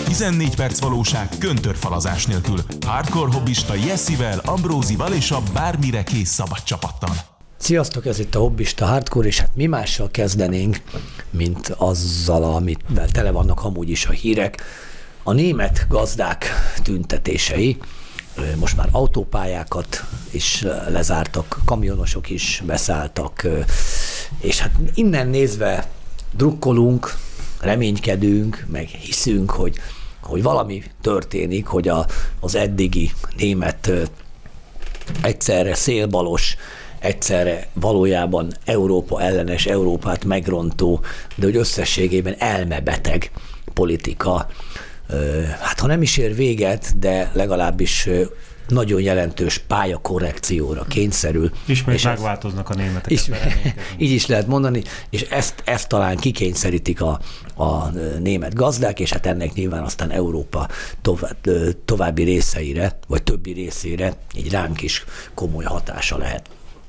14 perc valóság köntörfalazás nélkül. Hardcore hobbista Jessivel, Ambrózival és a bármire kész szabad csapattal. Sziasztok, ez itt a Hobbista Hardcore, és hát mi mással kezdenénk, mint azzal, amivel tele vannak amúgy is a hírek. A német gazdák tüntetései, most már autópályákat is lezártak, kamionosok is beszálltak, és hát innen nézve drukkolunk, reménykedünk, meg hiszünk, hogy valami történik, hogy az eddigi német egyszerre szélbalos, egyszerre valójában Európa ellenes, Európát megrontó, de hogy összességében elmebeteg politika, hát ha nem is ér véget, de legalábbis nagyon jelentős pályakorrekcióra kényszerül. Ismét megváltoznak a németek. Így is lehet mondani, és ezt talán kikényszerítik a német gazdák, és hát ennek nyilván aztán Európa további részeire, vagy többi részére így ránk is komoly hatása lehet.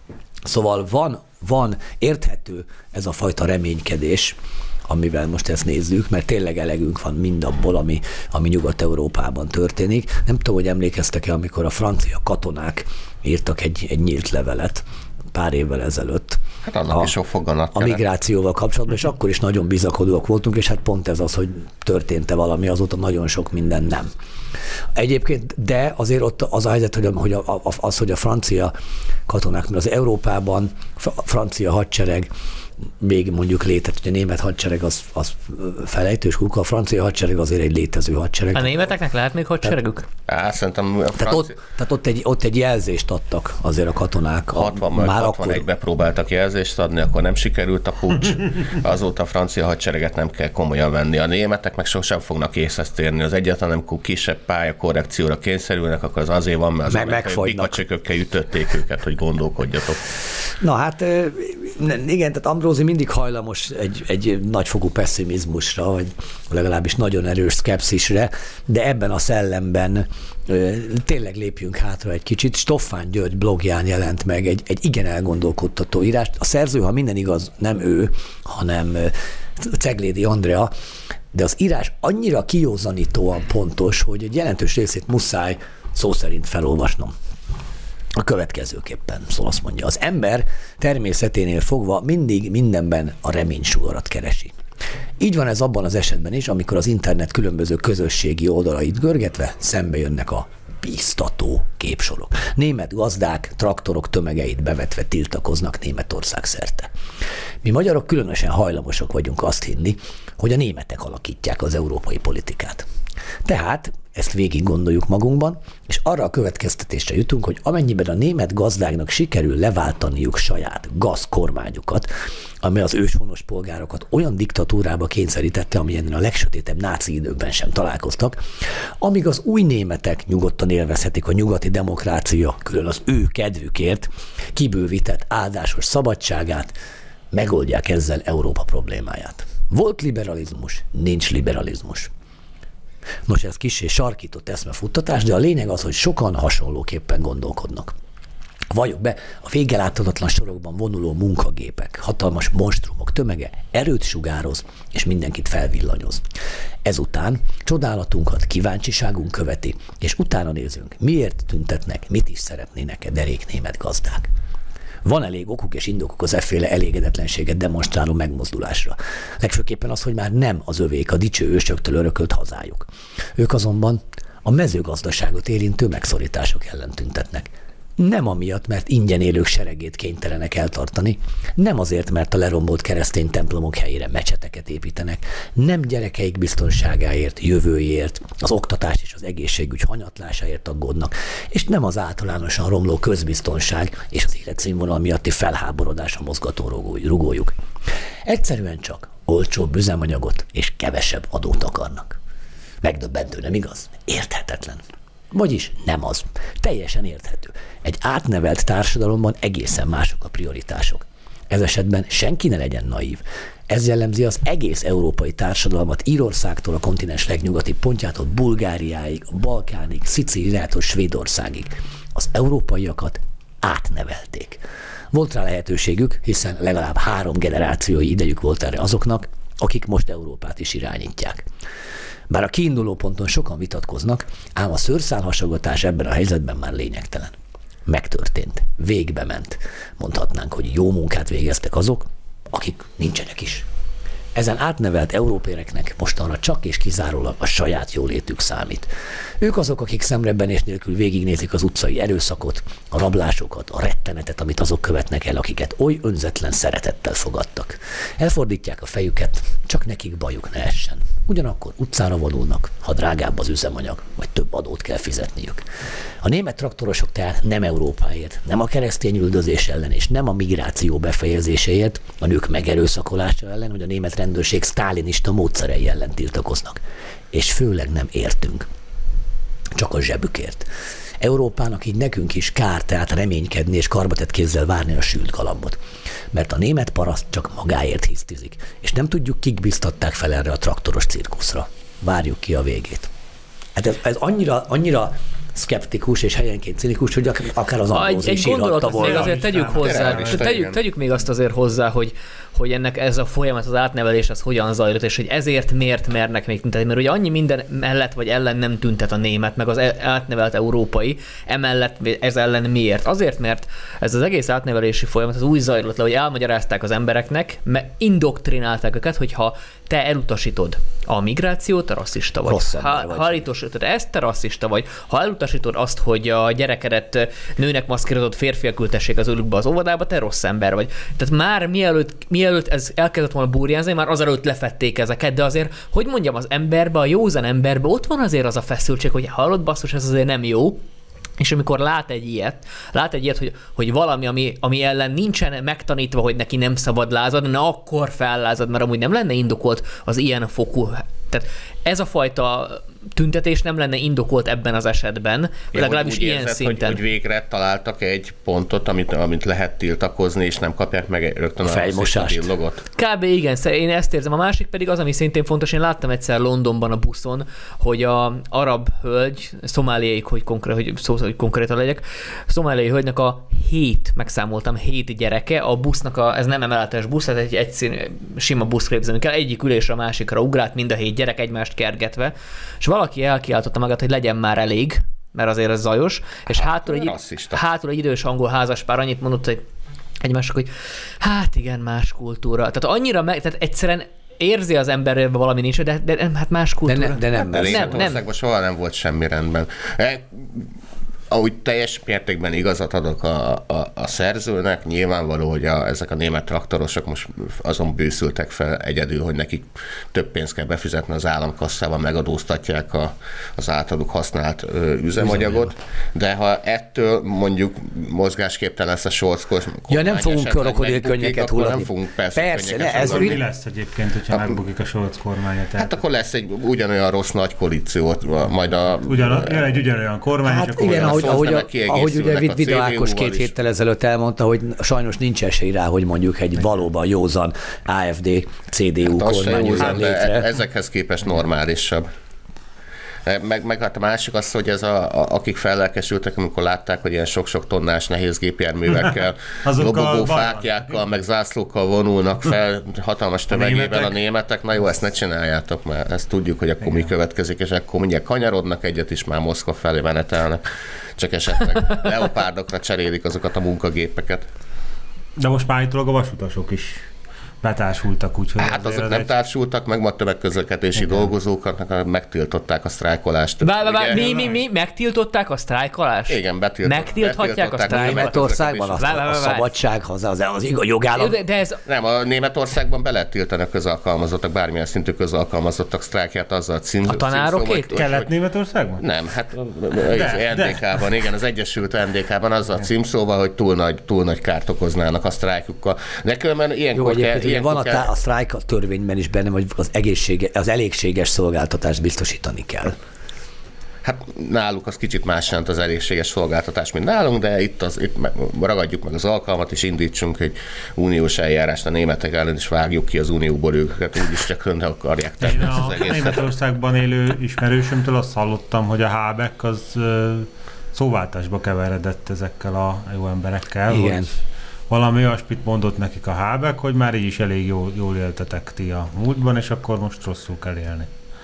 Szóval van érthető ez a fajta reménykedés, amivel most ezt nézzük, mert tényleg elegünk van mindabból, ami Nyugat-Európában történik. Nem tudom, hogy emlékeztek-e, amikor a francia katonák írtak egy nyílt levelet pár évvel ezelőtt. Hát annak is sok foganat a migrációval kapcsolatban, és akkor is nagyon bizakodóak voltunk, és hát pont ez az, hogy történt-e valami, azóta nagyon sok minden nem. Egyébként, de azért ott az a helyzet, hogy a francia katonák, mert az Európában a francia hadsereg még mondjuk hogy a német hadsereg az felejtős kuka, a francia hadsereg azért egy létező hadsereg. A németeknek lehet még hadseregük? Szerintem tehát ott egy jelzést adtak azért a katonák. 61-ben próbáltak jelzést adni, akkor nem sikerült a puccs. Azóta a francia hadsereget nem kell komolyan venni. A németek meg sosem fognak észhez térni. Az egyáltalán nem kisebb pályakorrekcióra kényszerülnek, akkor az azért van, mert az amerikai bikacsökökkel ütötték őket, hogy gondolkodjatok. Na hát igen, tehát Ambrózi mindig hajlamos egy nagyfokú pessimizmusra, vagy legalábbis nagyon erős szkepszisre, de ebben a szellemben tényleg lépjünk hátra egy kicsit. Stoffán György blogján jelent meg egy igen elgondolkodtató írást. A szerző, ha minden igaz, nem ő, hanem Ceglédi Andrea, de az írás annyira kijózanítóan pontos, hogy egy jelentős részét muszáj szó szerint felolvasnom. A következőképpen szól, azt mondja, az ember természeténél fogva mindig mindenben a reménysugarat keresi. Így van ez abban az esetben is, amikor az internet különböző közösségi oldalait görgetve szembe jönnek a bíztató képsorok. Német gazdák traktorok tömegeit bevetve tiltakoznak Németország szerte. Mi magyarok különösen hajlamosak vagyunk azt hinni, hogy a németek alakítják az európai politikát. Tehát ezt végig gondoljuk magunkban, és arra a következtetésre jutunk, hogy amennyiben a német gazdáknak sikerül leváltaniuk saját gazkormányukat, amely az őshonos polgárokat olyan diktatúrába kényszerítette, amilyen a legsötétebb náci időkben sem találkoztak, amíg az új németek nyugodtan élvezhetik a nyugati demokrácia, külön az ő kedvükért kibővített áldásos szabadságát, megoldják ezzel Európa problémáját. Volt liberalizmus, nincs liberalizmus. Nos, ez kissé sarkított eszmefuttatás, de a lényeg az, hogy sokan hasonlóképpen gondolkodnak. Valljuk be, a véggel láthatatlan sorokban vonuló munkagépek, hatalmas monstrumok tömege erőt sugároz, és mindenkit felvillanyoz. Ezután csodálatunkat kíváncsiságunk követi, és utána nézünk, miért tüntetnek, mit is szeretnének derék német gazdák. Van elég okuk és indokuk az efféle elégedetlenséget demonstráló megmozdulásra. Legfőképpen az, hogy már nem az övék a dicső ősöktől örökölt hazájuk. Ők azonban a mezőgazdaságot érintő megszorítások ellen tüntetnek. Nem amiatt, mert ingyen élők seregét kénytelenek eltartani, nem azért, mert a lerombolt keresztény templomok helyére mecseteket építenek, nem gyerekeik biztonságáért, jövőjéért, az oktatás és az egészségügy hanyatlásáért aggódnak, és nem az általánosan romló közbiztonság és az életszínvonal miatti felháborodás a mozgató rugójuk. Egyszerűen csak olcsóbb üzemanyagot és kevesebb adót akarnak. Megdöbbentő, nem igaz? Érthetetlen. Vagyis nem az. Teljesen érthető. Egy átnevelt társadalomban egészen mások a prioritások. Ez esetben senki ne legyen naív. Ez jellemzi az egész európai társadalmat Írországtól a kontinens legnyugati pontjától Bulgáriáig, a Balkánig, Szicíliától Svédországig. Az európaiakat átnevelték. Volt rá lehetőségük, hiszen legalább 3 generációi idejük volt erre azoknak, akik most Európát is irányítják. Bár a kiinduló ponton sokan vitatkoznak, ám a szőrszálhasogatás ebben a helyzetben már lényegtelen. Megtörtént, végbe ment. Mondhatnánk, hogy jó munkát végeztek azok, akik nincsenek is. Ezen átnevelt európéreknek mostanra csak és kizárólag a saját jólétük számít. Ők azok, akik szemrebbenés nélkül végignézik az utcai erőszakot, a rablásokat, a rettenetet, amit azok követnek el, akiket oly önzetlen szeretettel fogadtak. Elfordítják a fejüket, csak nekik bajuk ne essen. Ugyanakkor utcára vonulnak, ha drágább az üzemanyag, vagy több adót kell fizetniük. A német traktorosok tehát nem Európáért, nem a keresztény üldözés ellen és nem a migráció befejezéséért, a nők megerőszakolása ellen, hogy a német rendőrség sztálinista módszerei ellen tiltakoznak. És főleg nem értünk. Csak a zsebükért. Európának így nekünk is kár tehát reménykedni és karbatett kézzel várni a sült galambot. Mert a német paraszt csak magáért hisztizik, és nem tudjuk, kik biztatták fel erre a traktoros cirkuszra. Várjuk ki a végét. Hát ez annyira szkeptikus és helyenként cinikus, hogy akár az Ambrózi is írhatta volna. Még azért tegyük még azt azért hozzá, hogy ennek ez a folyamat, az átnevelés, az hogyan zajlott, és hogy ezért miért mernek még tüntetni. Mert ugye annyi minden mellett vagy ellen nem tüntet a német, meg az átnevelt európai, emellett ez ellen miért? Azért, mert ez az egész átnevelési folyamat az úgy zajlott le, hogy elmagyarázták az embereknek, indoktrinálták őket, hogyha te elutasítod a migrációt, te rasszista vagy. Ha elutasítod ezt, te rasszista vagy. Ha elutasítod azt, hogy a gyerekedet nőnek maszkírozott férfiak ültessék az ölükbe az óvodába, te rossz ember vagy. Tehát már mielőtt ez elkezdett volna burjánzni, már azelőtt lefették ezeket, de azért, hogy mondjam, az emberbe, a józan emberbe ott van azért az a feszültség, hogy hallod basszus, ez azért nem jó. És amikor lát egy ilyet, hogy valami, ami ellen nincsen megtanítva, hogy neki nem szabad lázadni, na akkor fellázad, mert amúgy nem lenne indokolt az ilyen fokú. Tehát ez a fajta tüntetés nem lenne indokolt ebben az esetben, legalábbis úgy ilyen érzed, szinten. Hogy végre találtak egy pontot, amit lehet tiltakozni, és nem kapják meg rögtön a fejmosást. Logot. Kb. Igen, én ezt érzem. A másik pedig az, ami szintén fontos, én láttam egyszer Londonban a buszon, hogy a arab hölgy, szomáliai, hogy konkrétan legyek, szomáliai hölgynek megszámoltam 7 gyereke, a busznak ez nem emeletes busz, ez egy sima busz képzelni kell, egyik ülésre a másikra ugrált mind a 7 gyerek egymást kergetve, és valaki elkiáltotta magát, hogy legyen már elég, mert azért ez zajos, és hátul egy idős angol házaspár annyit mondott, hogy egymásnak, hogy hát igen, más kultúra. Tehát annyira tehát egyszerűen érzi az emberben valami nincs, de hát más kultúra. De nem. Németországban soha nem volt semmi rendben. Ahogy teljes mértékben igazat adok a szerzőnek, nyilvánvaló, hogy ezek a német traktorosok most azon bőszültek fel egyedül, hogy nekik több pénzt kell befizetni az államkasszával, megadóztatják az általuk használt üzemanyagot, de ha ettől mondjuk mozgásképtelen lesz a Scholz kormány, nem fogunk krokodilkönnyeket hullatni. Nem fogunk persze ez mi lesz egyébként, hogyha megbukik a Scholz kormánya? Hát akkor lesz egy ugyanolyan rossz nagy koalíciót, majd egy ugyanolyan kormány, hát és igen, ahogy ugye Vida Ákos 2 héttel ezelőtt elmondta, hogy sajnos nincs esély rá, hogy mondjuk egy valóban józan AfD, CDU kormány jön létre. Ezekhez képest normálisabb. Meg hát a másik az, hogy akik fellelkesültek, amikor látták, hogy ilyen sok-sok tonnás nehéz gépjárművekkel, lobogó fáklyákkal, meg zászlókkal vonulnak fel hatalmas tömegében a németek. Na jó, ezt ne csináljátok, mert ezt tudjuk, hogy akkor mi következik, és akkor mindjárt kanyarodnak egyet is, már Moszkva felé menetelnek. Csak esetleg leopárdokra cserélik azokat a munkagépeket. De most már állítólag a vasutasok is betársultak, úgyhogy... Hát azok nem társultak, meg ma tömegközlekedési dolgozóknak megtiltották a sztrájkolást. Mi? Megtiltották a sztrájkolást? Igen, megtilthatják a sztrájkolást. Németországban a szabadság, az jogállam. Nem, a Németországban be lehet tiltani a közalkalmazottak, bármilyen szintű közalkalmazottak sztrájkját azzal a címzóval. A tanárokét? Kelet-Németországban? Nem, hát NDK-ban, igen, az Egyesült NDK-ban azzal a címszóval, hogy túl nagy kárt okoznának a sztrájkukkal. De különben ilyenkor van a sztrájk törvényben is benne, hogy az elégséges szolgáltatást biztosítani kell. Hát náluk az kicsit más jelent az elégséges szolgáltatás, mint nálunk, de itt ragadjuk meg az alkalmat, és indítsunk egy uniós eljárást a németek ellen, és vágjuk ki az unióból őket, úgyis csak önne akarják tenni az egészet. Németországban élő ismerősömtől azt hallottam, hogy a Habeck az szóváltásba keveredett ezekkel a jó emberekkel. Igen. Hogy valami olyasmit mondott nekik a Habeck, hogy már így is elég jól éltetek ti a múltban, és akkor most rosszul kell élni.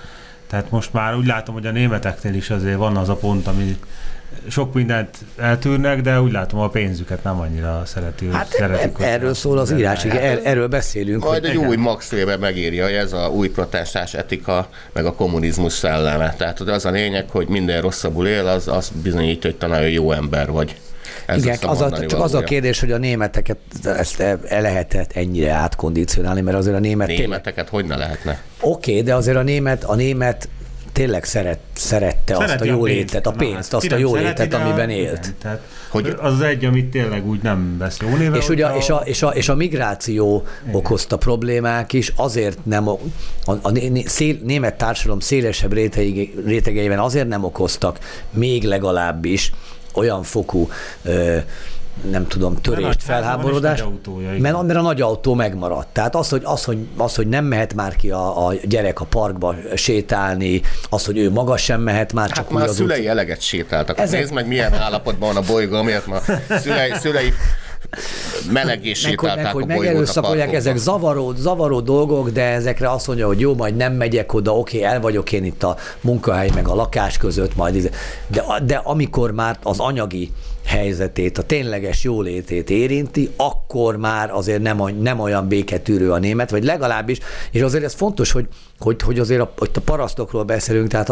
Tehát most már úgy látom, hogy a németeknél is azért van az a pont, ami sok mindent eltűrnek, de úgy látom, a pénzüket nem annyira szeretik. Erről szól az írás, erről beszélünk. Majd egy új Max Weber megírja, hogy ez a új protestáns etika, meg a kommunizmus szelleme. Tehát az a lényeg, hogy minden rosszabbul él, az bizonyítja, hogy te nagyon jó ember vagy. Igen, csak az a kérdés, hogy a németeket ezt lehetett ennyire átkondicionálni, mert azért a németeket hogy ne lehetne? Oké, de azért a német tényleg szerette azt a jólétet, a pénzt, azt a jólétet, amiben élt. Tehát, hogy az egy, amit tényleg úgy nem vesz jó néve. És a migráció okozta problémák is, azért nem a német társadalom szélesebb rétegeiben azért nem okoztak még legalábbis olyan fokú nem tudom, törést, felháborodást, mert a nagy autó megmaradt. Tehát az, hogy nem mehet már ki a gyerek a parkba sétálni, az, hogy ő maga sem mehet már, csak már a szülei eleget sétáltak. Nézd meg, milyen állapotban van a bolygó, miért ma szülei melegé sétálták a bolygót a megerőszakolják, ezek zavaró dolgok, de ezekre azt mondja, hogy jó, majd nem megyek oda, oké, el vagyok én itt a munkahely meg a lakás között, majd de amikor már az anyagi helyzetét, a tényleges jólétét érinti, akkor már azért nem olyan béketűrő a német, vagy legalábbis, és azért ez fontos, hogy azért a parasztokról beszélünk, tehát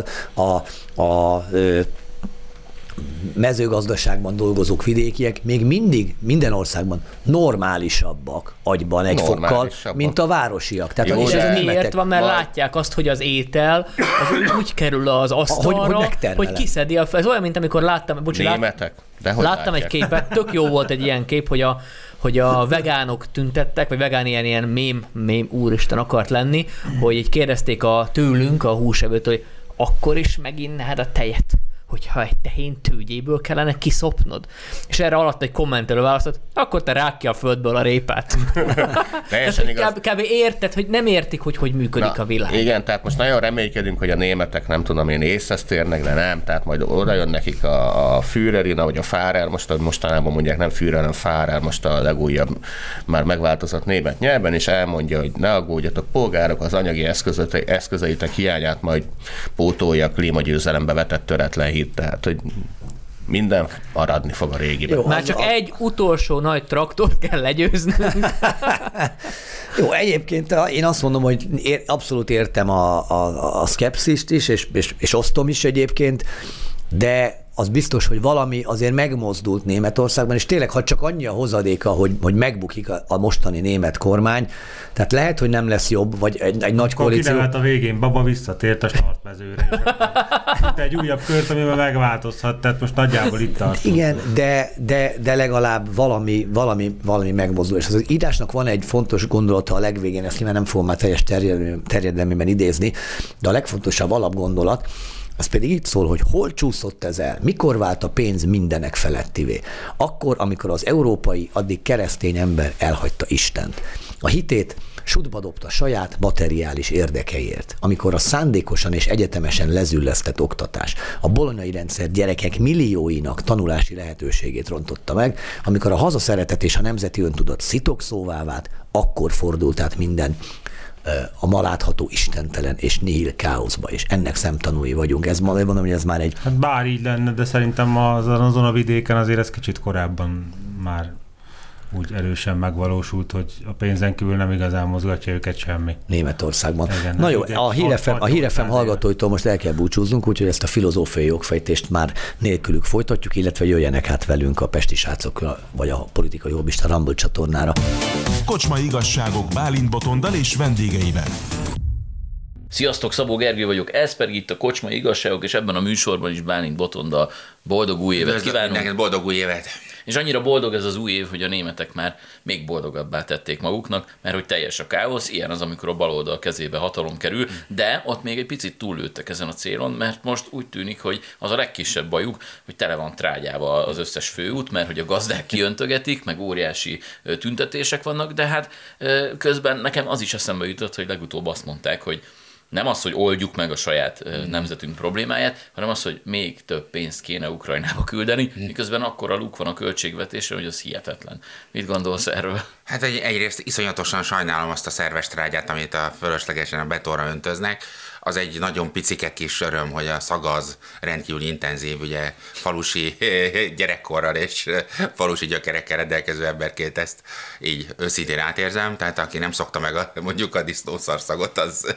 a mezőgazdaságban dolgozók vidékiek még mindig minden országban normálisabbak agyban egy fokkal, mint a városiak. Tehát jó, ez miért van, mert látják azt, hogy az étel az úgy kerül az asztalra, hogy kiszedi ez olyan, mint amikor láttam egy képet, tök jó volt egy ilyen kép, hogy a vegánok tüntettek, vagy vegán ilyen mém úristen akart lenni, hogy így kérdezték tőlünk, a húsevőt, hogy akkor is meginnád a tejet, hogyha egy tehén tőgyéből kellene kiszopnod. És erre alatt egy kommentelő választott, akkor te rák ki a földből a répát. Teljesen igaz. Kb. Érted, hogy nem értik, hogy működik a világ. Igen, tehát most nagyon reménykedünk, hogy a németek nem tudom én észhez térnek, de nem, tehát majd oda jön nekik a Führerina, vagy a Führer, mostanában mondják nem Führer, hanem Führer, most a legújabb, már megváltozott német nyelven, és elmondja, hogy ne aggódjatok polgárok, az anyagi eszközeitek hiányát majd pótolja a klímagyőzelembe vetett töretlen hit. Tehát, hogy minden maradni fog a régiben. Jó, már csak egy utolsó nagy traktort kell legyőznünk. Jó, egyébként én azt mondom, hogy abszolút értem a szkepszist is, és osztom is egyébként, de az biztos, hogy valami azért megmozdult Németországban, és tényleg, ha csak annyi a hozadéka, hogy megbukik a mostani német kormány, tehát lehet, hogy nem lesz jobb, vagy egy nagy koalíció. Kiderült a végén, baba visszatért a startmezőre, és egy újabb kört, amiben megváltozhat, tehát most nagyjából itt tartunk. Igen, de legalább valami megmozdul. És az írásnak van egy fontos gondolata a legvégén, ezt nyilván nem fogom már teljes terjedelmében idézni, de a legfontosabb alapgondolat, az pedig így szól, hogy hol csúszott ez el, mikor vált a pénz mindenek felettivé. Akkor, amikor az európai, addig keresztény ember elhagyta Istent. A hitét sutba dobta saját materiális érdekeiért, amikor a szándékosan és egyetemesen lezüllesztett oktatás a bolonyai rendszer gyerekek millióinak tanulási lehetőségét rontotta meg, amikor a hazaszeretet és a nemzeti öntudat szitokszóvá vált, akkor fordult át minden a ma látható istentelen és nihil káoszba, és ennek szemtanúi vagyunk. Ez mondom, hogy ez már egy... Hát bár így lenne, de szerintem azon a vidéken azért ez kicsit korábban már úgy erősen megvalósult, hogy a pénzen kívül nem igazán mozgatja őket semmi. Németországban. Igen, na jó, a Hír FM hallgatóitól most el kell búcsúznunk, úgyhogy ezt a filozófiai jogfejtést már nélkülük folytatjuk, illetve jöjjenek hát velünk a Pesti srácok, vagy a Politikai Hobbista Rumble csatornára. Kocsmai igazságok Bálint Botondal és vendégeivel. Sziasztok, Szabó Gergő vagyok, ez pedig itt a Kocsmai Igazságok, és ebben a műsorban is Bálint Botondal boldog új évet kívánunk. Neked boldog új évet! És annyira boldog ez az új év, hogy a németek már még boldogabbá tették maguknak, mert hogy teljes a káosz, ilyen az, amikor a baloldal kezébe hatalom kerül, de ott még egy picit túllőttek ezen a célon, mert most úgy tűnik, hogy az a legkisebb bajuk, hogy tele van trágyával az összes főút, mert hogy a gazdák kiöntögetik, meg óriási tüntetések vannak, de hát közben nekem az is eszembe jutott, hogy legutóbb azt mondták, hogy nem az, hogy oldjuk meg a saját nemzetünk problémáját, hanem az, hogy még több pénzt kéne Ukrajnába küldeni, miközben akkora luk van a költségvetésre, hogy az hihetetlen. Mit gondolsz erről? Hát egyrészt iszonyatosan sajnálom azt a szerves trágyát, amit a fölöslegesen a betonra öntöznek. az egy nagyon picike kis öröm, hogy a szagaz rendkívül intenzív, ugye falusi gyerekkorral és falusi gyökerekkel rendelkező emberként ezt így őszintén átérzem, tehát aki nem szokta meg mondjuk a disznószarszagot, az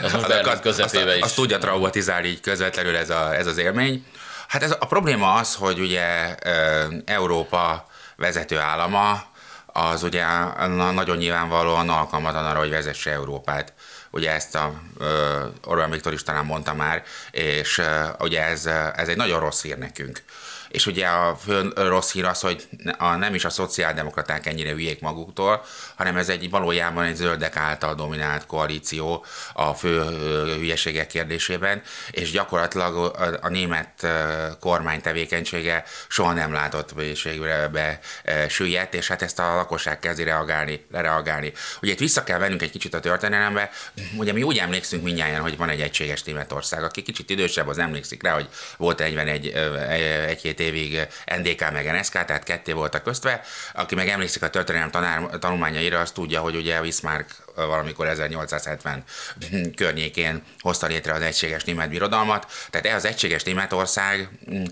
azt tudja traumatizálni így közvetlenül ez az élmény. Hát a probléma az, hogy ugye Európa vezető állama, az ugye nagyon nyilvánvalóan alkalmatlan arra, hogy vezesse Európát. Ugye ezt Orbán Viktor is talán mondta már, és ugye ez egy nagyon rossz hír nekünk. És ugye a fő rossz hír az, hogy nem is a szociáldemokraták ennyire hülyék maguktól, hanem ez valójában egy zöldek által dominált koalíció a fő hülyeségek kérdésében, és gyakorlatilag a német kormány tevékenysége soha nem látott hülyeségre süllyedt, és hát ezt a lakosság kezdi lereagálni. Ugye itt vissza kell vennünk egy kicsit a történelembe, ugye mi úgy emlékszünk mindnyájan, hogy van egy egységes Németország, aki kicsit idősebb, az emlékszik rá, hogy volt egy-két évig NDK meg NSK, tehát ketté voltak köztve. Aki meg emlékszik a történelem tanulmányaira, azt tudja, hogy ugye Bismarck valamikor 1870 környékén hozta létre az egységes német birodalmat. Tehát ez az egységes Németország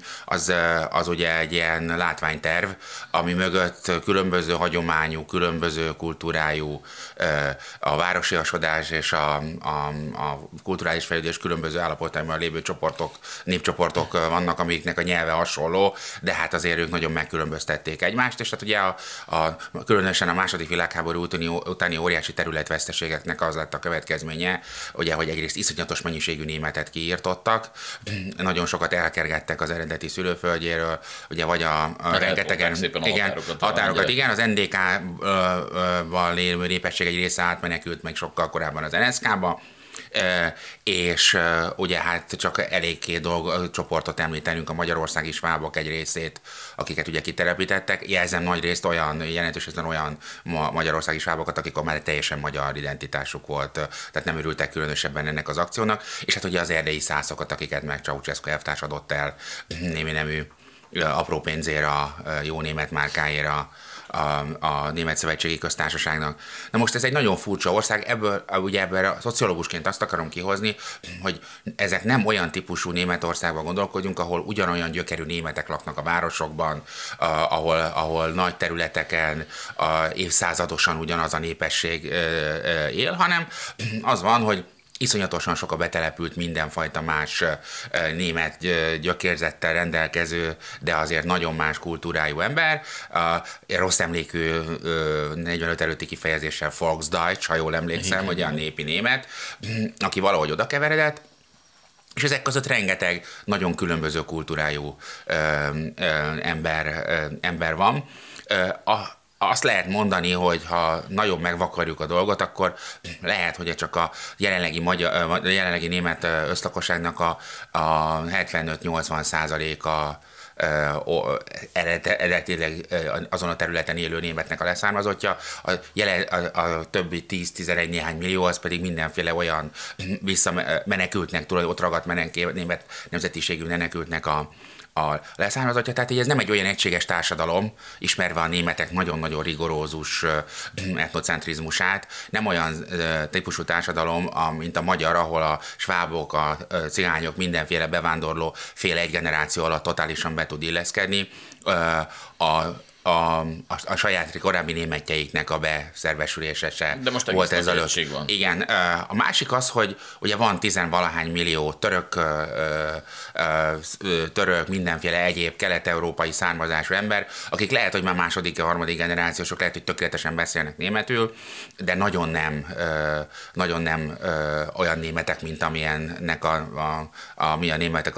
az ugye egy ilyen látványterv, ami mögött különböző hagyományú, különböző kultúrájú a városiasodás és a kulturális fejlődés különböző állapotában lévő népcsoportok vannak, amiknek a nyelve hasonló, de hát azért ők nagyon megkülönböztették egymást, és hát ugye különösen a második világháború utáni óriási területveszteségeknek az lett a következménye, ugye, hogy egyrészt iszonyatos mennyiségű németet kiirtottak, nagyon sokat elkergettek az eredeti szülőföldjéről, ugye vagy a rengetegen határokat, igen, az NDK-val lévő népesség egy része átmenekült meg sokkal korábban az NSK-ba, és ugye hát csak elég két csoportot említenünk, a magyarországi svábok egy részét, akiket ugye kitelepítettek, jelzem nagy részt jelentős részben olyan magyarországi svábokat, akik már teljesen magyar identitásuk volt, tehát nem örültek különösebben ennek az akciónak, és hát ugye az erdélyi szászokat, akiket meg Ceausescu elvtárs adott el némi nemű apró pénzért a jó német márkáért a Német Szövetségi Köztársaságnak. Na most ez egy nagyon furcsa ország, ebből a szociológusként azt akarom kihozni, hogy ezek nem olyan típusú Németországban gondolkodjunk, ahol ugyanolyan gyökerű németek laknak a városokban, ahol nagy területeken évszázadosan ugyanaz a népesség él, hanem az van, hogy iszonyatosan sok a betelepült mindenfajta más német gyökérzettel rendelkező, de azért nagyon más kultúrájú ember. Rossz emlékű 45 előtti kifejezéssel Volksdeutsch, ha jól emlékszem, hogy a népi német, aki valahogy oda keveredett, és ezek között rengeteg nagyon különböző kultúrájú ember van. Azt lehet mondani, hogy ha nagyon megvakarjuk a dolgot, akkor lehet, hogy csak a jelenlegi német összlakosságnak a 75-80%-a eredetileg azon a területen élő németnek a leszármazottja, a többi 10-11 néhány millió, az pedig mindenféle olyan visszamenekültnek, ott ragadt német nemzetiségű menekültnek a leszármazottja, tehát ez nem egy olyan egységes társadalom, ismerve a németek nagyon-nagyon rigorózus etnocentrizmusát, nem olyan típusú társadalom, mint a magyar, ahol a svábok, a cigányok, mindenféle bevándorló féle egy generáció alatt totálisan be tud illeszkedni. A saját korábbi németjeiknek a beszervesülése se de most volt ez előtt. Van. Igen. A másik az, hogy ugye van 10-valahány millió török, mindenféle egyéb kelet-európai származású ember, akik lehet, hogy már második, harmadik generációsok, lehet, hogy tökéletesen beszélnek németül, de nagyon nem olyan németek, mint amilyennek mi a németek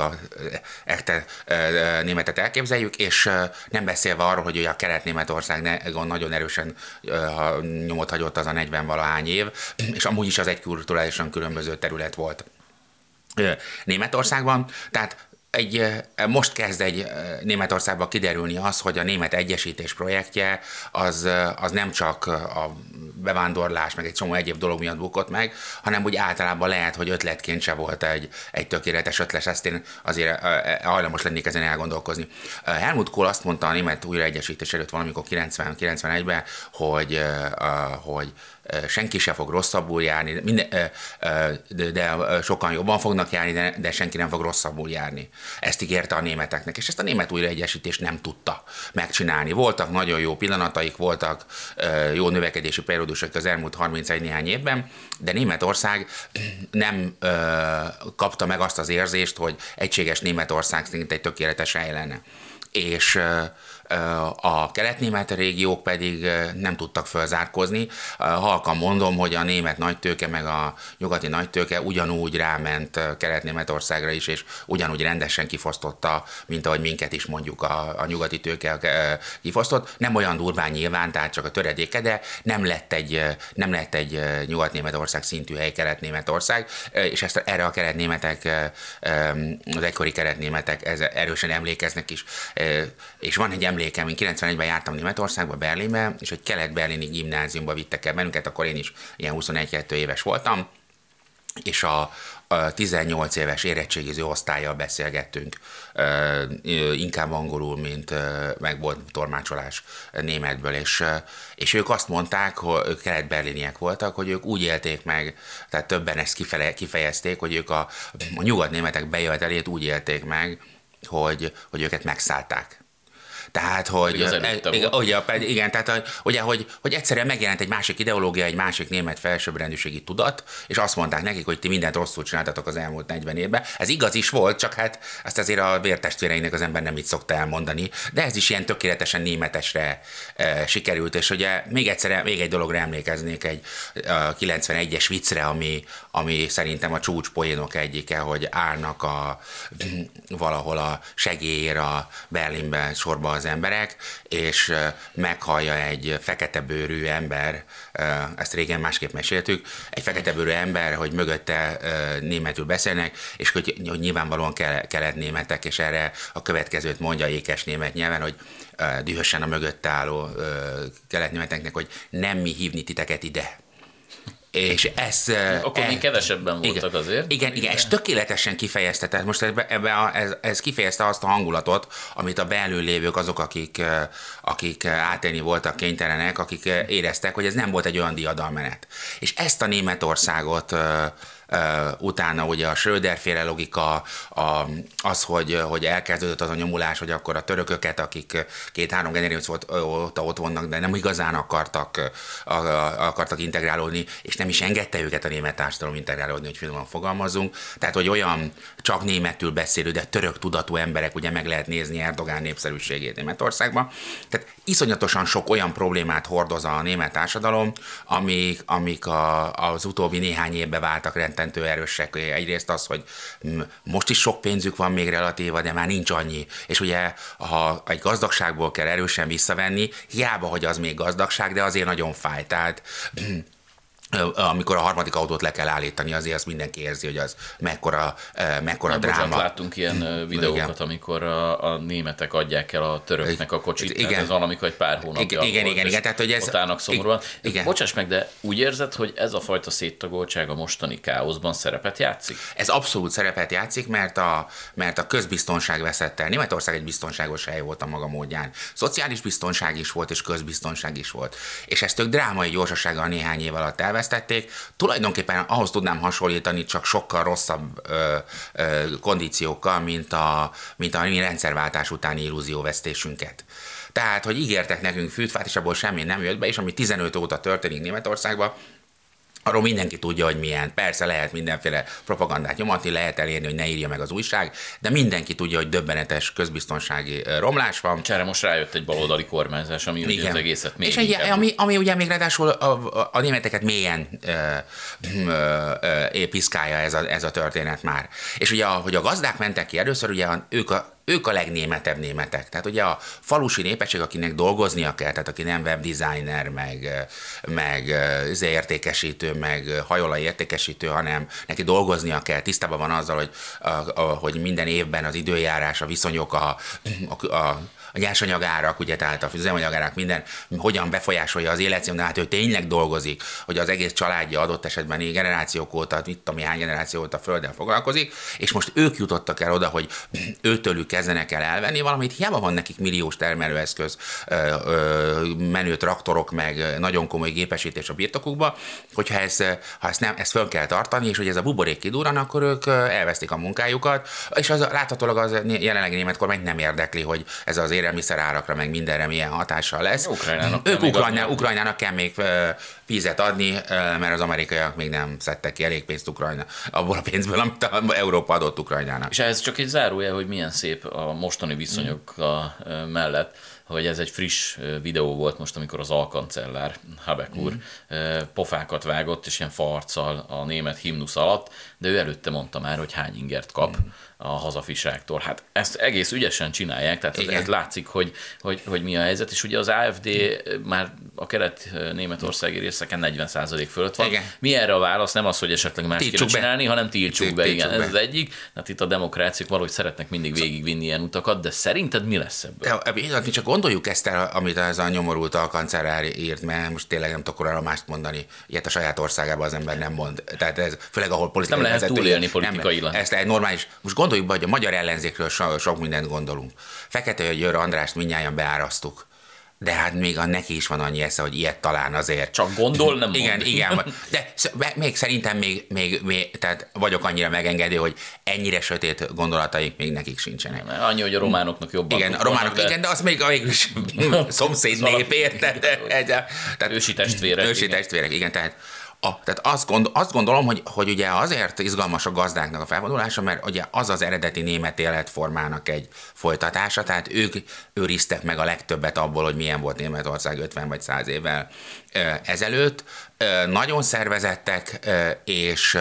németet elképzeljük, és nem beszélve arról, hogy a Kelet-Németország nagyon erősen nyomot hagyott az a 40-valahány év, és amúgy is az egy kulturálisan különböző terület volt Németországban. Tehát most kezd Németországban kiderülni az, hogy a német egyesítés projektje az nem csak a bevándorlás, meg egy csomó egyéb dolog miatt bukott meg, hanem úgy általában lehet, hogy ötletként se volt egy tökéletes ötlet, ezt én azért hajlamos lennék ezen elgondolkozni. Helmut Kohl azt mondta a német újraegyesítés előtt valamikor 90-91-ben, hogy senki se fog rosszabbul járni, de sokan jobban fognak járni, de senki nem fog rosszabbul járni. Ezt ígérte a németeknek, és ezt a német újraegyesítést nem tudta megcsinálni. Voltak nagyon jó pillanataik, voltak jó növekedési periódusok az elmúlt 31 néhány évben, de Németország nem kapta meg azt az érzést, hogy egységes Németország szinte egy tökéletes hely lenne. És a kelet-német régiók pedig nem tudtak fölzárkózni. Halkan mondom, hogy a német nagytőke meg a nyugati nagytőke ugyanúgy ráment Kelet-Németországra is, és ugyanúgy rendesen kifosztotta, mint ahogy minket is mondjuk a nyugati tőke kifosztott. Nem olyan durván nyilván, tehát csak a töredéke, de nem lett egy Nyugat-Németország szintű hely Kelet-Németország, és erre a kelet-németek, az egykori kelet-németek erősen emlékeznek is. És van egy emlékem, én 91-ben jártam Németországba, Berlinbe, és egy kelet-berlini gimnáziumba vittek el bennünket, akkor én is ilyen 21-2 éves voltam, és a 18 éves érettségiző osztállyal beszélgettünk, inkább angolul, mint meg volt tolmácsolás németből, és ők azt mondták, hogy kelet-berliniek voltak, hogy ők úgy élték meg, tehát többen ezt kifejezték, hogy ők a nyugat-németek bejövetelét úgy élték meg, hogy őket megszállták. Tehát, hogy egyszerűen megjelent egy másik ideológia, egy másik német felsőbbrendűségi tudat, és azt mondták nekik, hogy ti mindent rosszul csináltatok az elmúlt 40 évben. Ez igaz is volt, csak hát azt azért a vértestvéreinek az ember nem így szokta elmondani, de ez is ilyen tökéletesen németesre sikerült, és ugye még egy dologra emlékeznék, egy 91-es viccre, ami szerintem a csúcspoénok egyike, hogy állnak valahol a segélyért a Berlinben sorba az emberek, és meghallja egy feketebőrű ember, ezt régen másképp meséltük, egy feketebőrű ember, hogy mögötte németül beszélnek, és hogy nyilvánvalóan kelet-németek, és erre a következőt mondja ékes német nyelven, hogy dühösen a mögötte álló kelet-németeknek, hogy nem mi hívni titeket ide. És akkor még kevesebben voltak igen, azért. Igen, ez tökéletesen kifejezte, tehát most ez kifejezte azt a hangulatot, amit a belül lévők, azok, akik átélni voltak kénytelenek, akik éreztek, hogy ez nem volt egy olyan diadalmenet. És ezt a Németországot utána ugye a Schröder-féle logika, az, hogy elkezdődött az a nyomulás, hogy akkor a törököket, akik 2-3 generáció óta ott vannak, de nem igazán akartak integrálódni, és nem is engedte őket a német társadalom integrálódni, hogy finoman fogalmazzunk. Tehát, hogy olyan csak németül beszélő, de török tudatú emberek, ugye meg lehet nézni Erdogán népszerűségét Németországban. Tehát iszonyatosan sok olyan problémát hordoz a német társadalom, amik az utóbbi néhány évben váltak rettentő erősek. Egyrészt az, hogy most is sok pénzük van még relatíva, de már nincs annyi. És ugye, ha egy gazdagságból kell erősen visszavenni, hiába, hogy az még gazdagság, de azért nagyon fáj. Tehát amikor a harmadik autót le kell állítani, azért azt mindenki érzi, hogy az mekkora dráma. Láttunk ilyen videókat, igen, amikor a németek adják el a töröknek a kocsit, igen, ez valamikor egy pár hónapja igen, tehát, hogy ez ott állnak szomorúan. Bocsáss meg, de úgy érzed, hogy ez a fajta széttagoltság a mostani káoszban szerepet játszik? Ez abszolút szerepet játszik, mert a közbiztonság veszett el. Németország egy biztonságos hely volt a maga módján. Szociális biztonság is volt, és közbiztonság is volt. És ezt ők drámai gyorsasággal néhány év alatt elvesztették. Tulajdonképpen ahhoz tudnám hasonlítani, csak sokkal rosszabb kondíciókkal, mint a mi rendszerváltás utáni illúzióvesztésünket. Tehát, hogy ígértek nekünk fűtfát, és abból semmi nem jött be, és ami 15 óta történik Németországban, arról mindenki tudja, hogy milyen. Persze lehet mindenféle propagandát nyomatni, lehet elérni, hogy ne írja meg az újság, de mindenki tudja, hogy döbbenetes közbiztonsági romlás van. És erre most rájött egy baloldali kormányzás, ami ugye az egészet még és ami ugye még ráadásul a németeket mélyen piszkálja ez a történet már. És ugye, hogy a gazdák mentek ki először, ugye ők a legnémetebb németek. Tehát ugye a falusi népesség, akinek dolgoznia kell, tehát aki nem webdesigner, meg értékesítő, meg hajolai értékesítő, hanem neki dolgoznia kell, tisztában van azzal, hogy minden évben az időjárás, a viszonyok, a nyersanyagárak, ugye, tehát a üzemanyagárak, minden hogyan befolyásolja az életszínvonalat, hát ő tényleg dolgozik, hogy az egész családja adott esetben generációk óta, hány generáció óta földön foglalkozik, és most ők jutottak el oda, hogy őtőlük kezdenek el elvenni valamit, hiába van nekik milliós termelőeszköz, menő traktorok, meg nagyon komoly gépesítés a birtokukba, hogyha ezt föl kell tartani, és hogy ez a buborék kidurran, akkor ők elvesztik a munkájukat, és az láthatólag az jelenlegi német kormány nem érdekli, hogy ez az élelmiszerárakra, meg mindenre milyen hatással lesz. Ukrajnának kell még vízet adni, mert az amerikaiak még nem szedtek ki elég pénzt abból a pénzből, amit Európa adott Ukrajnának. És ez csak egy zárójel, hogy milyen szép a mostani viszonyok mellett, hogy ez egy friss videó volt most, amikor az alkancellár, Habeck úr pofákat vágott, és ilyen farccal a német himnusz alatt, de ő előtte mondta már, hogy hány ingert kap a hazafiságtól. Hát ezt egész ügyesen csinálják, tehát ez látszik, hogy mi a helyzet, és ugye az AfD már a kelet-németországi részeken 40% fölött van. Igen. Mi erre a válasz? Nem az, hogy esetleg más kéne csinálni, hanem tiltsuk be. Igen, ez az egyik. Hát itt a demokráciák valahogy szeretnek mindig végigvinni ilyen utakat, de szerinted mi lesz ebből? Mi csak gondoljuk ezt el, amit ez a nyomorult alkancellár írt, mert most tényleg nem tudok arra mást mondani. Ilyet a saját országában az ember nem mond. Tehát ez főleg ahol politikai nem lehet túlélni politikailag. Ez egy normális. Most gondoljuk be, hogy a magyar ellenzékről sok mindent gondolunk. Fekete Győr Andrást mindnyájan beárasztuk. De hát még neki is van annyi esze, hogy ilyet talán azért. Csak gondol, nem mond. Igen. De még szerintem még tehát vagyok annyira megengedő, hogy ennyire sötét gondolataik még nekik sincsenek. Annyi, hogy a románoknak jobban. Igen, a románok, igen, de az még végülis szomszéd nép, érted? Ősi testvérek. Ősi testvérek, igen, tehát azt gondolom, hogy ugye azért izgalmas a gazdáknak a felvonulása, mert ugye az az eredeti német életformának egy folytatása, tehát ők őriztek meg a legtöbbet abból, hogy milyen volt Németország 50 vagy 100 évvel ezelőtt. Nagyon szervezettek, és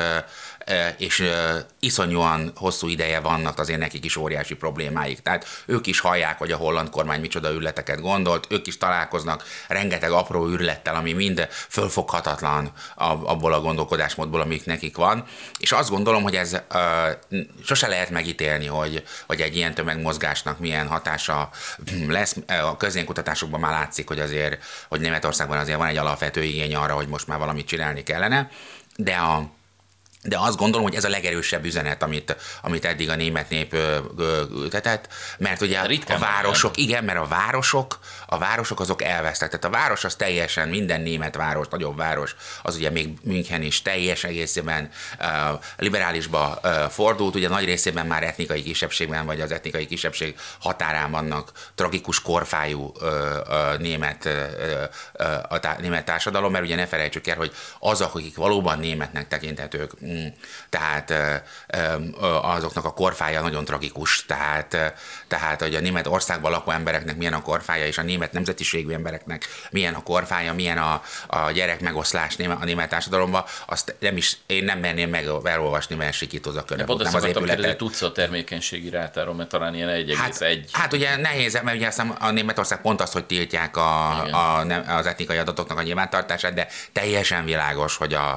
iszonyúan hosszú ideje vannak, azért nekik is óriási problémáik. Tehát ők is hallják, hogy a holland kormány micsoda űrleteket gondolt, ők is találkoznak rengeteg apró űrlettel, ami mind fölfoghatatlan abból a gondolkodásmódból, amik nekik van. És azt gondolom, hogy ez sose lehet megítélni, hogy egy ilyen tömegmozgásnak milyen hatása lesz. A közénkutatásokban már látszik, hogy Németországban azért van egy alapvető igény arra, hogy most már valamit csinálni kellene, de azt gondolom, hogy ez a legerősebb üzenet, amit eddig a német nép ültetett, mert ugye a városok, igen, mert a városok azok elvesztek. Tehát a város az teljesen, minden német város, nagyobb város, az ugye még München is teljes egészében liberálisba fordult, ugye nagy részében már etnikai kisebbségben, vagy az etnikai kisebbség határán vannak tragikus korfájú német társadalom, mert ugye ne felejtsük el, hogy azok, akik valóban németnek tekinthetők, tehát azoknak a korfája nagyon tragikus, tehát hogy a Németországban lakó embereknek milyen a korfája, és a német nemzetiségű embereknek milyen a korfája, milyen a gyerekmegoszlás a német társadalomban, azt én nem merném elolvasni, mert sikítozok körülbelül az épületet. Tudsz a termékenységi rátáról, mert talán ilyen 1,1. Hát ugye nehéz, mert ugye aztán a Németország pont az, hogy tiltják az etnikai adatoknak a nyilvántartását, de teljesen világos,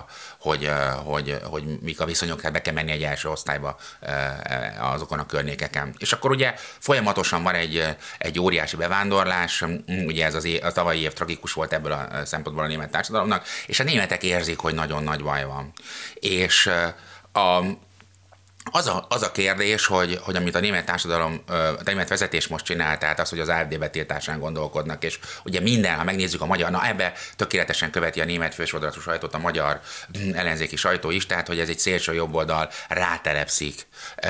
hogy mik a viszonyok, hát be kell menni egy első osztályba azokon a környékeken. És akkor ugye folyamatosan van egy óriási bevándorlás, ugye ez a tavalyi év tragikus volt ebből a szempontból a német társadalomnak, és a németek érzik, hogy nagyon nagy baj van. És az a kérdés, hogy amit a német társadalom, a német vezetés most csinál, tehát az, hogy az AfD betiltásán gondolkodnak, és ugye minden, ha megnézzük a magyar, ebbe tökéletesen követi a német fősodratú sajtót a magyar ellenzéki sajtó is, tehát hogy ez egy szélső jobboldal rátelepszik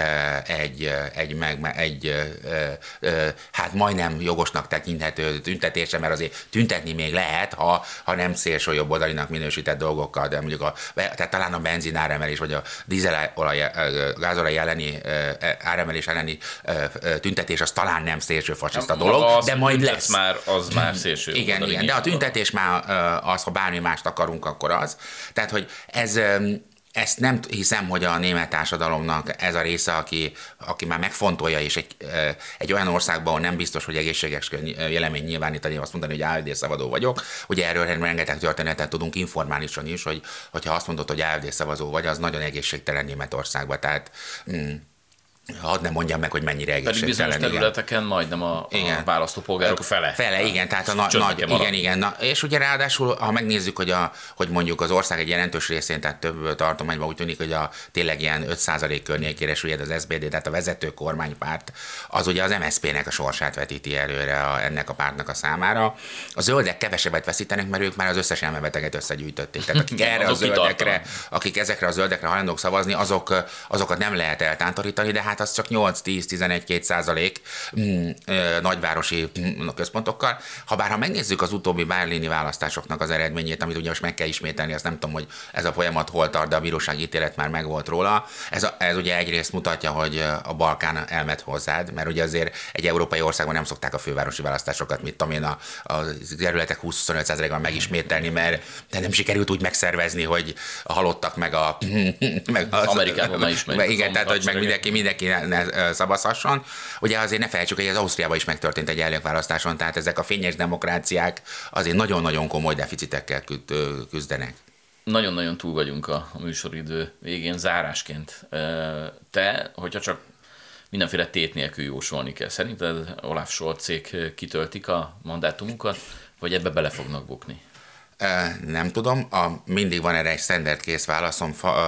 hát majdnem jogosnak tekinthető tüntetésre, mert azért tüntetni még lehet, ha nem szélső jobboldalinak minősített dolgokkal, de mondjuk tehát talán a benzin áremelés, vagy a dízelolaj gázolaj elleni áremelés elleni tüntetés az talán nem szélső fasiszta dolog, de majd lesz. Az már szélső. Igen, de a tüntetés már az, ha bármi mást akarunk, akkor az. Tehát, hogy ezt nem hiszem, hogy a német társadalomnak ez a része, aki már megfontolja, és egy olyan országban, ahol nem biztos, hogy egészséges vélemény nyilvánítani, azt mondani, hogy AfD szavazó vagyok. Ugye erről rengeteg történetet tudunk informálisan is, hogyha azt mondod, hogy AfD szavazó vagy, az nagyon egészségtelen Németországban. Tehát hadd nem mondjam meg, hogy mennyire egészségtelen. Pedig bizonyos területeken majdnem a választópolgárok fele. Igen, tehát a nagy, igen. Na, és ugye ráadásul, ha megnézzük, hogy mondjuk az ország egy jelentős részén, tehát több tartományban úgy tűnik, hogy tényleg ilyen 5% környékére süllyed az SPD, tehát a vezető kormánypárt, az ugye az MSZP-nek a sorsát vetíti előre ennek a pártnak a számára. A zöldek kevesebbet veszítenek, mert ők már az összes elmebeteget összegyűjtötték. Tehát akik ezekre a zöldekre hajlandók szavazni, azokat nem lehet eltántorítani, de hát az csak 8-10-11-2% nagyvárosi központokkal. Ha megnézzük az utóbbi berlini választásoknak az eredményét, amit ugye most meg kell ismételni, azt nem tudom, hogy ez a folyamat hol tart, de a bírósági ítélet már megvolt róla. Ez ugye egyrészt mutatja, hogy a Balkán elmet hozzád, mert ugye azért egy európai országban nem szokták a fővárosi választásokat, mit tudom én, a területek 20-25%-ban megismételni, mert nem sikerült úgy megszervezni, hogy a halottak meg Amerikában már ismerik. Igen, tehát hogy meg mindenki ne szavazhasson. Ugye azért ne felejtsük, hogy az Ausztriában is megtörtént egy elnökválasztáson, tehát ezek a fényes demokráciák azért nagyon-nagyon komoly deficitekkel küzdenek. Nagyon-nagyon túl vagyunk a műsoridő végén. Zárásként te, hogyha csak mindenféle tét nélkül jósolni kell, szerinted Olaf Scholzék kitöltik a mandátumukat, vagy ebbe bele fognak bukni? Nem tudom, mindig van erre egy standard kész válaszom.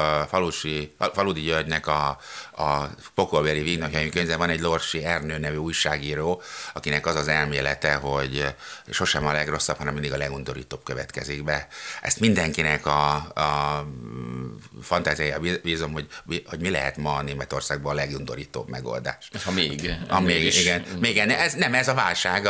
Faludi Györgynek a Pokolbéli Vígnapjaim könyve van egy Lorsi Ernő nevű újságíró, akinek az az elmélete, hogy sosem a legrosszabb, hanem mindig a legundorítóbb következik be. Ezt mindenkinek a fantáziája bízom, hogy mi lehet ma Németországban a legundorítóbb megoldás. Ha még. Igen, ez a válság,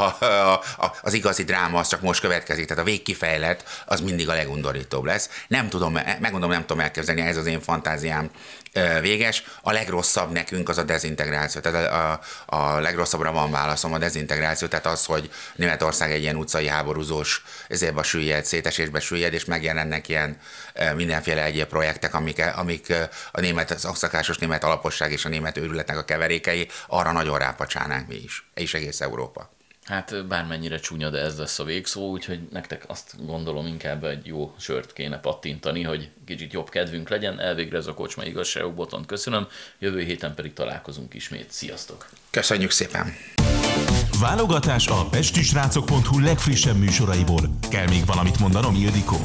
az igazi dráma, az csak most következik, tehát a végkifejlet az mindig a legundorítóbb lesz. Nem tudom elképzelni, ez az én fantáziám véges. A legrosszabb nekünk az a dezintegráció. Tehát a legrosszabbra van válaszom, a dezintegráció, tehát az, hogy Németország egy ilyen utcai háborúzós ezérbe süllyed, szétesésbe süllyed, és megjelennek ilyen mindenféle egyéb projektek, amik az szakásos német alaposság és a német őrületnek a keverékei, arra nagyon rápacsálnánk mi is, és egész Európa. Hát bármennyire csúnya, de ez lesz a végszó, úgyhogy nektek azt gondolom inkább egy jó sört kéne pattintani, hogy kicsit jobb kedvünk legyen. Elvégre ez a Kocsma Igazságok Botont köszönöm, jövő héten pedig találkozunk ismét. Sziasztok! Köszönjük szépen! Válogatás a pestisrácok.hu legfrissebb műsoraiból. Kell még valamit mondanom, Ildikó?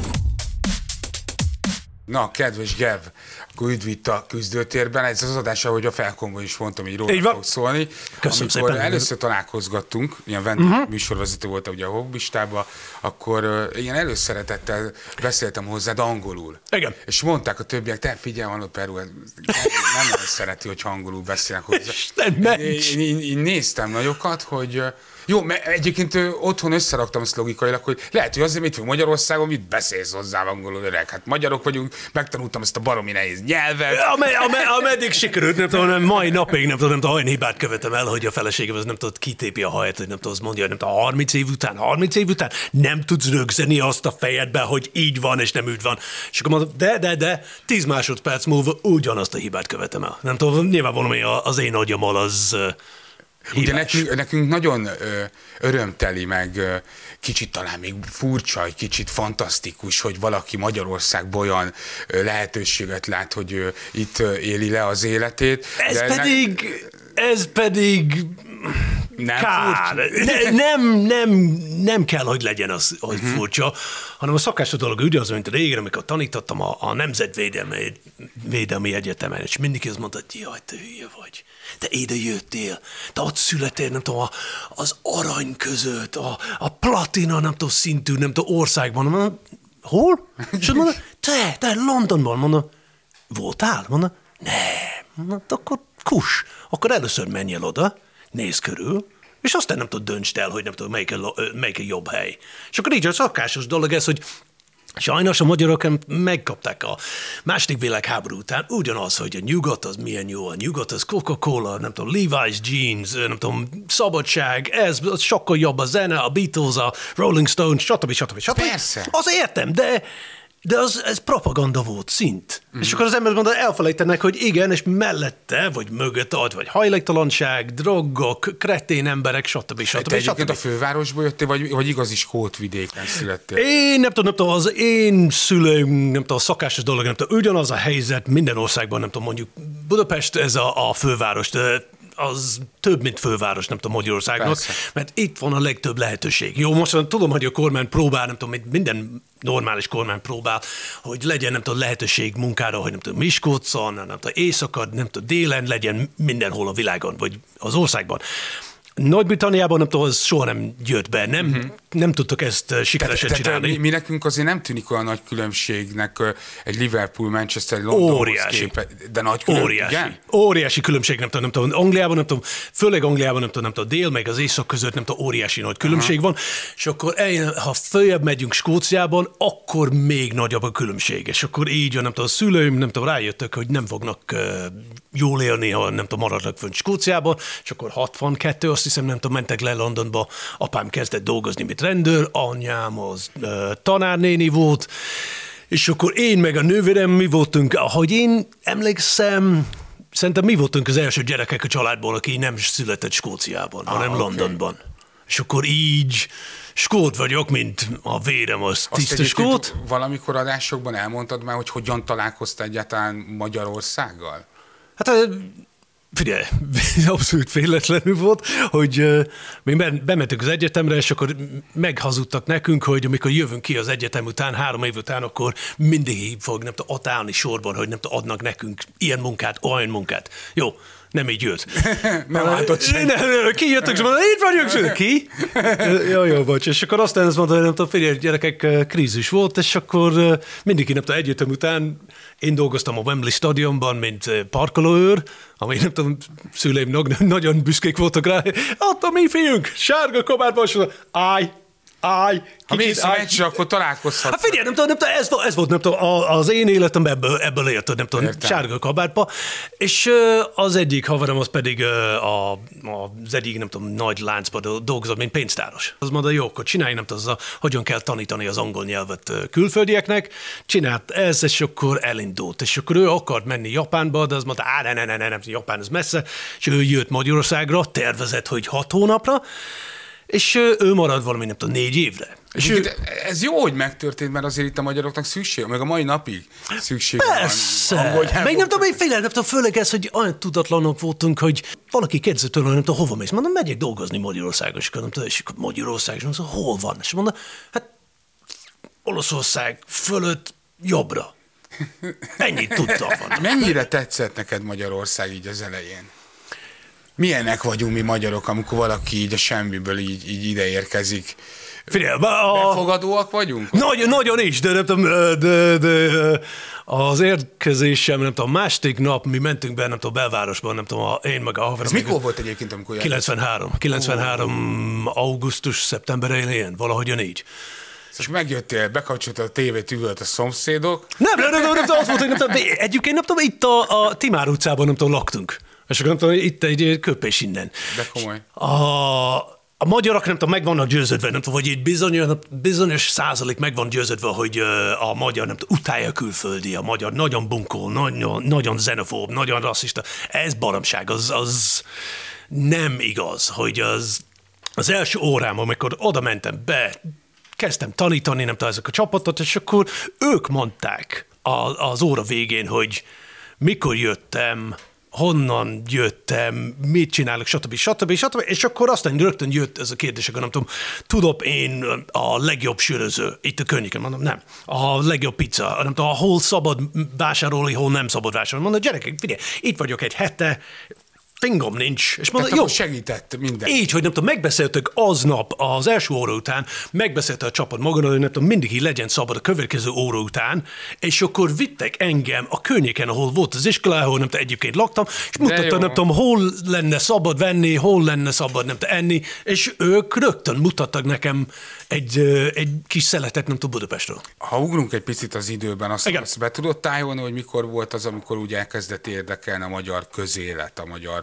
Na, kedves Gev, akkor üdv itt a küzdőtérben. Ez az adás, ahogy a Felkomban is mondtam, hogy róla fogok szólni. Köszönöm amikor szépen. először találkozgattunk, ilyen vendég műsorvezető volt ugye a Hobbistában, akkor ilyen előszeretettel beszéltem hozzád angolul. Igen. És mondták a többiek, te figyelj, van, Peru, nem nagyon szereti, hogy angolul beszélnek hozzá. Én néztem nagyokat, hogy jó, mert egyébként otthon összeraktam ezt logikailag, hogy lehet, hogy azért, mit Magyarországon, mit beszélsz hozzá angolul, öreg? Hát magyarok vagyunk, megtanultam ezt a baromi nehéz nyelvet. Ameddig sikerült, nem tudom, mai napig nem tudom, olyan hibát követem el, hogy a feleségem az nem tudod kitépi a haját, hogy nem tudod mondani, hogy nem tudom, 30 év után nem tudsz rögzeni azt a fejedbe, hogy így van és nem úgy van. És akkor mondom, de 10 másodperc múlva ugyanazt a hibát követem el. Nem tudom, nyilvánvalóan hogy az én agyammal az... Ugye nekünk nagyon örömteli, meg kicsit talán még furcsa, egy kicsit fantasztikus, hogy valaki Magyarországból olyan lehetőséget lát, hogy itt éli le az életét. Ez pedig nem kár. Nem kell, hogy legyen az, hogy furcsa, hanem a szakásos dolog úgy az, mint régen, amikor tanítottam a Nemzetvédelmi Egyetemen, és mindig azt mondta, hogy jaj, te hülye vagy. Te ide jöttél, te ott születél, nem tudom, az arany között, a platina, nem tudom, szintű, nem tudom, országban. Mondom, hol? És mondom, te Londonban, mondom, voltál? Mondom, nem. Mondom, akkor kus. Akkor először menj el oda, nézz körül, és aztán nem tudod, döntsd el, hogy nem tudom, melyik a jobb hely. És akkor így a szakásos dolog ez, hogy sajnos a magyarok megkapták a második világháború után ugyanaz, hogy a nyugat az milyen jó, a nyugat az Coca-Cola, nem tudom, Levi's jeans, nem tudom, szabadság, ez sokkal jobb a zene, a Beatles, a Rolling Stones, stb. Persze. Az értem, de De ez propaganda volt szint. És akkor az ember mondta, elfelejtenek, hogy igen, és mellette, vagy mögött ad, vagy hajléktalanság, drogok, kretén emberek, stb. Te egyébként a fővárosból jöttél, vagy igazi skótvidéken születtél? Én nem tudom, az én szüleim, nem tudom, a szakásos dolog, nem tudom, ugyanaz a helyzet minden országban, nem tudom, mondjuk Budapest, ez a főváros, az több, mint főváros, nem tudom, Magyarországnak, persze. Mert itt van a legtöbb lehetőség. Jó, most tudom, hogy a kormány próbál, nem tudom, minden normális kormány próbál, hogy legyen, nem tudom, lehetőség munkára, hogy nem tudom, Miskolcon, nem tudom, éjszakad, nem tudom, délen legyen mindenhol a világon, vagy az országban. Nagy-Britanniában nem tudom, az soha nem jött be, nem tudtak ezt sikeresen csinálni. Mi nekünk azért nem tűnik olyan nagy különbségnek egy Liverpool, Manchester, Londonhoz képest, de nagy különbség. Óriási különbség, nem tudom, Angliában, nem tudom, főleg Angliában, nem tudom, dél meg az észak között, nem tudom, óriási nagy különbség van, és akkor ha följebb megyünk Skóciában, akkor még nagyobb a különbség, és akkor így, nem tudom, a szüleim, nem tudom, rájöttek, hogy nem fognak jól élni, ha nem tudom, maradnak fönt Skóciában, és akkor 62, azt hiszem, nem tudom, mentek le Londonba, apám kezdett dolgozni, mint rendőr, anyám az tanárnéni volt, és akkor én meg a nővérem mi voltunk, ahogy én emlékszem, szerintem mi voltunk az első gyerekek a családból, aki nem született Skóciában, hanem Londonban. És akkor így skót vagyok, mint a vérem, az tiszta skót. Valamikor adásokban elmondtad már, hogy hogyan találkoztál egyáltalán Magyarországgal? Hát figyelj, abszolút véletlenül volt, hogy mi bementünk az egyetemre, és akkor meghazudtak nekünk, hogy amikor jövünk ki az egyetem után, 3 év után, akkor mindig fog, nem tudom, ott állni sorban, hogy nem tudom, adnak nekünk ilyen munkát, olyan munkát. Jó, nem így jött. Nem látott senki. Ki jöttök, és mondta, itt vagyok, ki? Jó, bocs. És akkor aztán azt mondta, hogy nem tudom, figyelj, gyerekek, krízis volt, és akkor mindenki, nem tudom, egyetem után én dolgoztam a Wembley stadionban, mint parkolóőr, ami nem tudom, szüleim nagyon büszkék voltak rá. Ott a mi fiunk, sárga kabátban, és állj. Ha mész a meccsre, akkor találkozhatsz. Hát figyelj, nem tudom, ez volt, nem tudom, az én életem ebből érted, nem tudom, értem. Sárga kabátba, és az egyik haverom az pedig az egyik, nem tudom, nagy láncba dolgozott, mint pénztáros. Az mondta, jó, akkor csinálj, nem tudom, hogyan kell tanítani az angol nyelvet külföldieknek, csinált ez, és akkor elindult, és akkor ő akart menni Japánba, de az mondta, nem, Japán ez messze, és ő jött Magyarországra, tervezett, hogy 6 hónapra, és ő marad valami, nem tudom, 4 évre. És ez jó, hogy megtörtént, mert azért itt a magyaroknak szüksége, meg a mai napig szüksége van. Meg nem tudom, nem tudom, főleg ez, hogy olyan tudatlanok voltunk, hogy valaki kérdezett tőle, nem tudom, hova mész. Mondom, megyek dolgozni Magyarországon, és nem tudom, és Magyarországon, mondom, hol van? És mondom, hát Olaszország fölött jobbra. Ennyit tudtam van. Mennyire tetszett neked Magyarország így az elején? Milyenek vagyunk mi magyarok, amikor valaki így a semmiből így ide érkezik? Figyelj, befogadóak vagyunk? Nagyon is, de nem tudom, de az érkezésem, nem tudom, második nap mi mentünk be, nem tudom, belvárosban, nem tudom, én meg a haverom. Ez mikor volt egyébként, amikor 93 augusztus, szeptember elején, valahogyan így. És megjöttél, bekapcsoltad a tévét, üvölt a szomszédok? Nem, az volt, hogy nem tudom, de egyébként nem tudom, itt a Timár utcában, nem tudom, laktunk. És akkor nem tudom, itt egy köpés innen. De komoly. A magyarok nem tudom, meg vannak győződve, nem tudom, hogy itt bizonyos százalék meg van győződve, hogy a magyar nem tudom, utálja külföldi, a magyar nagyon bunkó, nagyon xenofób, nagyon rasszista. Ez baromság, az nem igaz, hogy az első órám, amikor oda mentem be, kezdtem tanítani, nem tudom, ezek a csapatot, és akkor ők mondták az óra végén, hogy mikor jöttem, honnan jöttem, mit csinálok, stb. És akkor aztán rögtön jött ez a kérdés, akkor nem tudom, tudok én a legjobb söröző itt a környéken? Mondom, nem. A legjobb pizza, nem tudom, hol szabad vásárolni, hol nem szabad vásárolni. Mondom, gyerekek, figyelj, itt vagyok egy hete, fingom nincs. És mondta, jó, segített minden. Így, hogy nem tudom, megbeszéltük aznap, az első óra után, megbeszélte a csapat magadon, hogy nem tudom, mindig legyen szabad a következő óra után, és akkor vittek engem a környéken, ahol volt az iskola, ahol nem tudom, egyébként laktam, és mutattam, nem tudom, hol lenne szabad venni, hol lenne szabad nem tudom, enni, és ők rögtön mutattak nekem egy kis szeletet, nem tudom, Budapestről. Ha ugrunk egy picit az időben, azt be tudod tájolni, hogy mikor volt az, amikor úgy elkezdett érdekelni a magyar közélet, a magyar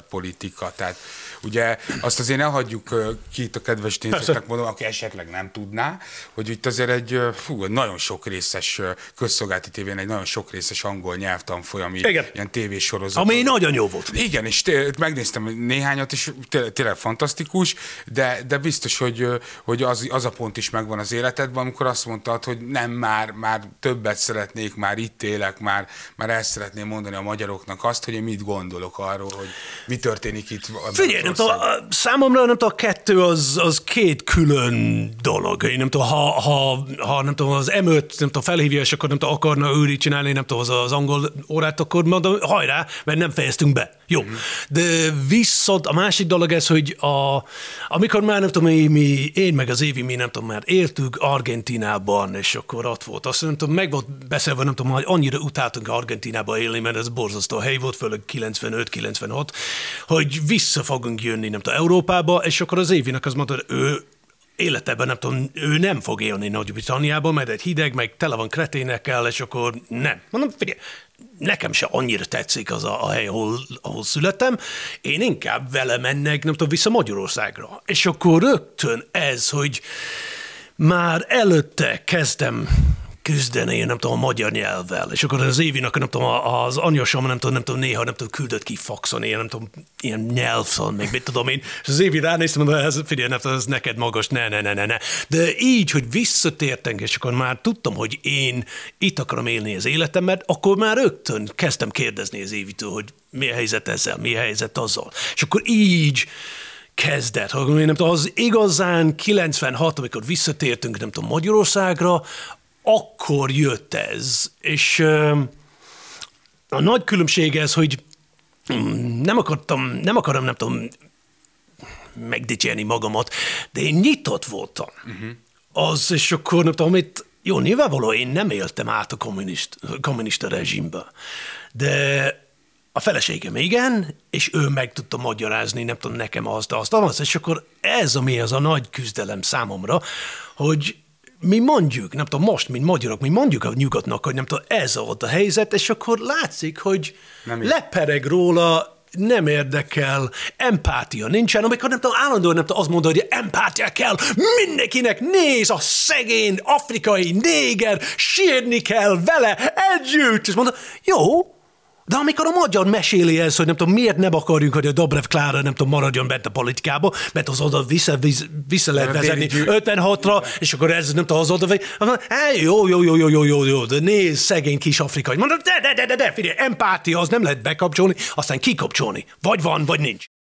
politika. Tehát ugye azt azért ne hagyjuk ki itt a kedves nézőknek, mondom, aki esetleg nem tudná, hogy itt azért egy nagyon sok részes közszolgálati tévén egy nagyon sok részes angol nyelvtanfolyam, ilyen tévésorozat. Ami nagyon jó volt. Igen, és megnéztem néhányat, és tényleg fantasztikus, de biztos, hogy az a pont is megvan az életedben, amikor azt mondtad, hogy nem, már többet szeretnék, már itt élek, már el szeretném mondani a magyaroknak azt, hogy én mit gondolok arról, hogy mi történik itt. Figyelj, számomra nem tudom, a kettő az két külön dolog. Én nem tudom, ha nem tudom, az M5 nem tudom, felhívja, és akkor nem tudom, akarna őri csinálni, nem tudom, az angol órát, akkor mondom, hajrá, mert nem fejeztünk be. Jó. De viszont a másik dolog ez, hogy amikor már nem tudom, én meg az Évi, mi nem tudom, már éltük Argentínában, és akkor ott volt. Azt nem tudom, meg volt beszélve, nem tudom, hogy annyira utáltunk Argentínába élni, mert ez borzasztó hely volt, főleg 95-96, hogy vissza fogunk jönni, nem tudom, Európába, és akkor az Évinek azt mondta, hogy ő életében nem tudom, ő nem fog élni Nagy-Britanniában, mert egy hideg, meg tele van kreténekkel, és akkor nem. Mondom, figyelj, nekem se annyira tetszik az a hely, ahol születtem, én inkább vele mennek, nem tudom, vissza Magyarországra. És akkor rögtön ez, hogy már előtte kezdtem küzdeni, nem tudom, a magyar nyelvvel, és akkor az Évinak, nem tudom, az anyósom, nem tudom, néha, nem tudom, küldött ki faxon, nem tudom, ilyen nyelvszon, meg mit tudom én, és az Évi ránéztem, mondta, figyelj, nem tudom, ez neked magas, ne. De így, hogy visszatértünk, és akkor már tudtam, hogy én itt akarom élni az életemet, akkor már rögtön kezdtem kérdezni az Évitől, hogy mi a helyzet ezzel, mi a helyzet azzal. És akkor így kezdett, hogy nem tudom, az igazán 96, amikor visszatértünk, nem tudom, Magyarországra, akkor jött ez, és a nagy különbség ez, hogy nem akarom, nem tudom, megdicsérni magamat, de én nyitott voltam. Az, és akkor nem tudom, jó, nyilvánvaló, én nem éltem át a kommunista rezsimbe, de a feleségem igen, és ő meg tudta magyarázni, nem tudom, nekem azt, és akkor ez, ami az a nagy küzdelem számomra, hogy mi mondjuk, nem tudom, most, mint magyarok, mi mondjuk a nyugatnak, hogy nem tudom, ez volt a helyzet, és akkor látszik, hogy lepereg róla, nem érdekel, empátia nincsen, amikor nem tudom, állandóan nem tudom azt mondani, hogy empátia kell mindenkinek, néz a szegény afrikai néger, sírni kell vele együtt, és mondom, jó, de amikor a magyar meséli ezt, hogy nem tudom, miért nem akarjuk, hogy a Dobrev Klára nem tudom, maradjon bent a politikába, mert az oda vissza lehet vezetni 56-ra, és akkor ez nem tudom, az oda jó, de nézd, szegény kis afrikai. Mondom, de, figyelj, empátia, az nem lehet bekapcsolni, aztán kikapcsolni. Vagy van, vagy nincs.